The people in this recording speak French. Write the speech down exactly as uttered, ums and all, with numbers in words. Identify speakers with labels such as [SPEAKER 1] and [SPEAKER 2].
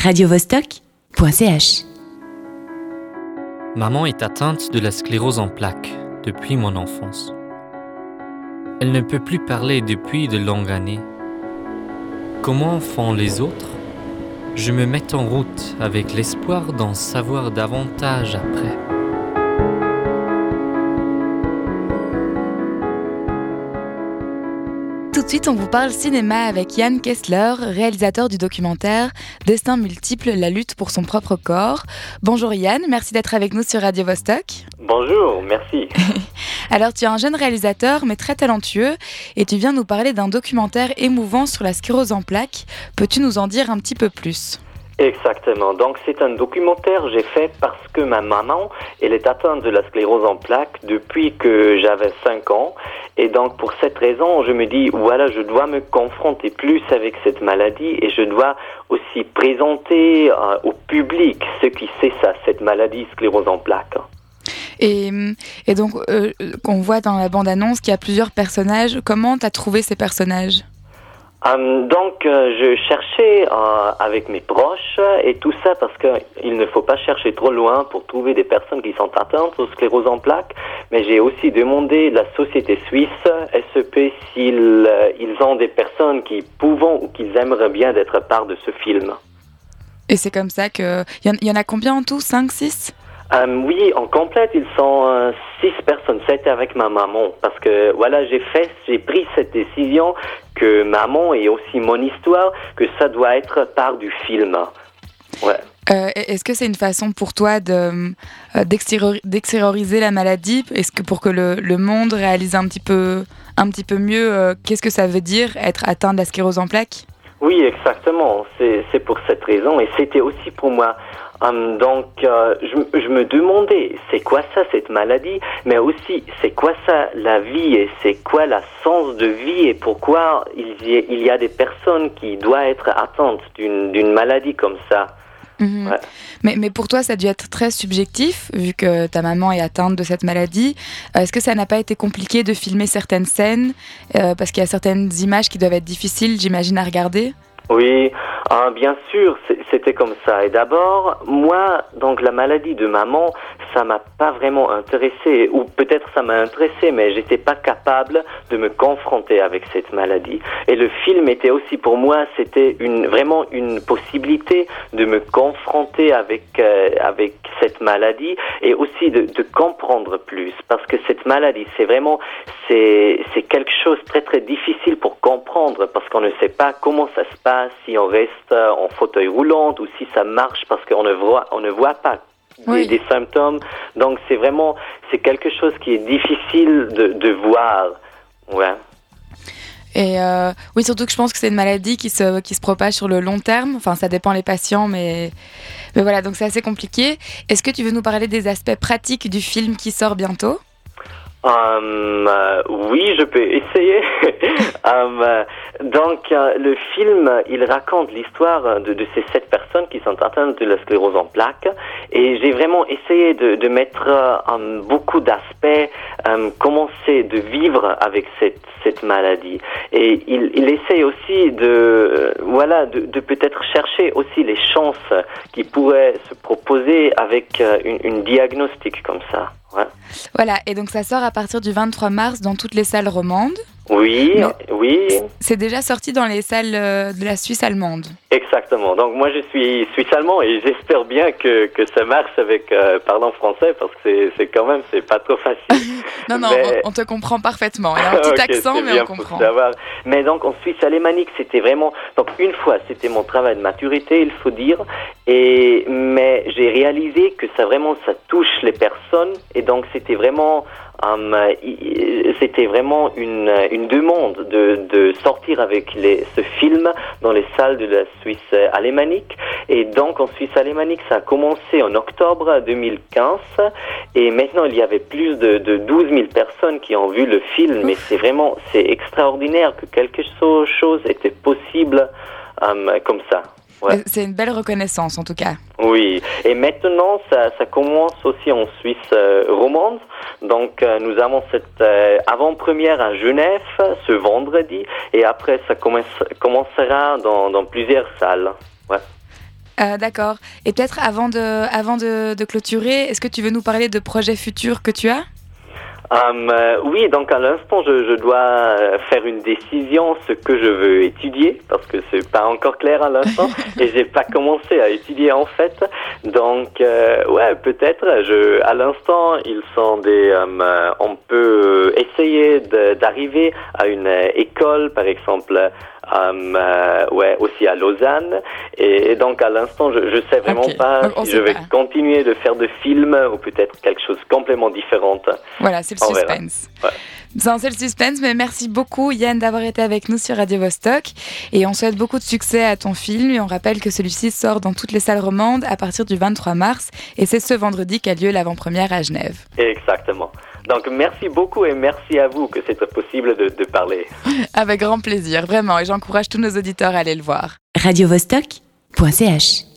[SPEAKER 1] radio vostok point c h.
[SPEAKER 2] Maman est atteinte de la sclérose en plaques depuis mon enfance. Elle ne peut plus parler depuis de longues années. Comment font les autres ? Je me mets en route avec l'espoir d'en savoir davantage après.
[SPEAKER 3] Tout de suite, on vous parle cinéma avec Yann Kessler, réalisateur du documentaire Destin multiple, la lutte pour son propre corps. Bonjour Yann, merci d'être avec nous sur Radio Vostok.
[SPEAKER 4] Bonjour, merci.
[SPEAKER 3] Alors, tu es un jeune réalisateur, mais très talentueux, et tu viens nous parler d'un documentaire émouvant sur la sclérose en plaques. Peux-tu nous en dire un petit peu plus ?
[SPEAKER 4] Exactement. Donc, c'est un documentaire que j'ai fait parce que ma maman, elle est atteinte de la sclérose en plaques depuis que j'avais cinq ans. Et donc, pour cette raison, je me dis, voilà, je dois me confronter plus avec cette maladie et je dois aussi présenter euh, au public ce qui c'est ça, cette maladie sclérose en plaques.
[SPEAKER 3] Et, et donc, euh, on voit dans la bande-annonce qu'il y a plusieurs personnages. Comment tu as trouvé ces personnages ?
[SPEAKER 4] Um, donc, euh, je cherchais euh, avec mes proches et tout ça parce qu'il ne faut pas chercher trop loin pour trouver des personnes qui sont atteintes de sclérose en plaques. Mais j'ai aussi demandé à la société suisse, S E P, s'ils euh, ils ont des personnes qui pouvons ou qui aimeraient bien être part de ce film.
[SPEAKER 3] Et c'est comme ça que... Il y, y en a combien en tout ? cinq, six ?
[SPEAKER 4] Um, oui, en complète, ils sont euh, six personnes. C'était avec ma maman parce que voilà, j'ai fait, j'ai pris cette décision que maman et aussi mon histoire, que ça doit être part du film. Ouais.
[SPEAKER 3] Euh, est-ce que c'est une façon pour toi de euh, d'extérior- d'extérioriser la maladie ? Est-ce que pour que le, le monde réalise un petit peu un petit peu mieux euh, qu'est-ce que ça veut dire être atteint de la sclérose en plaques ?
[SPEAKER 4] Oui, exactement. C'est c'est pour cette raison et c'était aussi pour moi. Um, donc, euh, je, je me demandais, c'est quoi ça, cette maladie, mais aussi, c'est quoi ça, la vie, et c'est quoi la sens de vie, et pourquoi il y a, il y a des personnes qui doivent être atteintes d'une, d'une maladie comme ça.
[SPEAKER 3] Mmh.
[SPEAKER 4] Ouais.
[SPEAKER 3] Mais, mais pour toi, ça a dû être très subjectif, vu que ta maman est atteinte de cette maladie. Euh, est-ce que ça n'a pas été compliqué de filmer certaines scènes, euh, parce qu'il y a certaines images qui doivent être difficiles, j'imagine, à regarder ?
[SPEAKER 4] Oui, euh, bien sûr, c'était comme ça. Et d'abord, moi, donc la maladie de maman, ça m'a pas vraiment intéressé, ou peut-être ça m'a intéressé, mais j'étais pas capable de me confronter avec cette maladie. Et le film était aussi pour moi, c'était une vraiment une possibilité de me confronter avec euh, avec cette maladie et aussi de, de comprendre plus, parce que cette maladie, c'est vraiment c'est c'est quelque chose de très très difficile pour comprendre, parce qu'on ne sait pas comment ça se passe, si on reste en fauteuil roulant ou si ça marche parce qu'on ne voit, on ne voit pas des,
[SPEAKER 3] oui.
[SPEAKER 4] des symptômes. Donc c'est vraiment, c'est quelque chose qui est difficile de, de voir. Ouais.
[SPEAKER 3] Et euh, oui, surtout que je pense que c'est une maladie qui se, qui se propage sur le long terme. Enfin, ça dépend les patients, mais, mais voilà, donc c'est assez compliqué. Est-ce que tu veux nous parler des aspects pratiques du film qui sort bientôt ?
[SPEAKER 4] Um, euh, oui, je peux essayer. um, euh, donc, euh, le film, il raconte l'histoire de, de ces sept personnes qui sont atteintes de la sclérose en plaques. Et j'ai vraiment essayé de, de mettre um, beaucoup d'aspects, um, comment c'est de vivre avec cette, cette maladie. Et il, il essaye aussi de, euh, voilà, de, de peut-être chercher aussi les chances qui pourraient se proposer avec euh, une, une diagnostic comme ça. Ouais.
[SPEAKER 3] Voilà, et donc ça sort à partir du vingt-trois mars dans toutes les salles romandes.
[SPEAKER 4] Oui,
[SPEAKER 3] Mais
[SPEAKER 4] oui.
[SPEAKER 3] C'est déjà sorti dans les salles de la Suisse allemande.
[SPEAKER 4] Exactement. Donc moi je suis suisse-allemand et j'espère bien que, que ça marche avec euh, parlant français parce que c'est, c'est quand même c'est pas trop facile.
[SPEAKER 3] non non,
[SPEAKER 4] mais...
[SPEAKER 3] on, on te comprend parfaitement. Il y a un petit
[SPEAKER 4] okay,
[SPEAKER 3] accent mais on comprend.
[SPEAKER 4] Savoir. Mais donc en Suisse alémanique c'était vraiment donc une fois c'était mon travail de maturité il faut dire et mais j'ai réalisé que ça vraiment ça touche les personnes et donc c'était vraiment Um, c'était vraiment une, une demande de, de sortir avec les, ce film dans les salles de la Suisse alémanique. Et donc en Suisse alémanique, ça a commencé en octobre deux mille quinze et maintenant il y avait plus de, de douze mille personnes qui ont vu le film. Mais c'est vraiment c'est extraordinaire que quelque chose était possible um, comme ça. Ouais.
[SPEAKER 3] C'est une belle reconnaissance en tout cas.
[SPEAKER 4] Oui, et maintenant ça, ça commence aussi en Suisse euh, romande. Donc euh, nous avons cette euh, avant-première à Genève ce vendredi et après ça commence, commencera dans, dans plusieurs salles. Ouais.
[SPEAKER 3] Euh, d'accord. Et peut-être avant de, avant de, de clôturer, est-ce que tu veux nous parler de projets futurs que tu as ?
[SPEAKER 4] Um, euh, oui, donc à l'instant, je, je dois faire une décision ce que je veux étudier parce que c'est pas encore clair à l'instant et j'ai pas commencé à étudier en fait. Donc euh, ouais, peut-être. Je, à l'instant, ils sont des. Um, euh, on peut essayer de, d'arriver à une euh, école, par exemple. Um, euh, ouais, aussi à Lausanne. Et, et donc, à l'instant, je ne sais vraiment okay. pas
[SPEAKER 3] on
[SPEAKER 4] si je vais
[SPEAKER 3] pas.
[SPEAKER 4] continuer de faire de films ou peut-être quelque chose complètement différent.
[SPEAKER 3] Voilà, c'est le on suspense. Ouais. C'est le suspense, mais merci beaucoup Yann d'avoir été avec nous sur Radio Vostok. Et on souhaite beaucoup de succès à ton film. Et on rappelle que celui-ci sort dans toutes les salles romandes à partir du vingt-trois mars. Et c'est ce vendredi qu'a lieu l'avant-première à Genève.
[SPEAKER 4] Exactement. Donc, merci beaucoup et merci à vous que c'était possible de, de parler.
[SPEAKER 3] Avec grand plaisir, vraiment. Et j'encourage tous nos auditeurs à aller le voir.
[SPEAKER 1] radio vostok point c h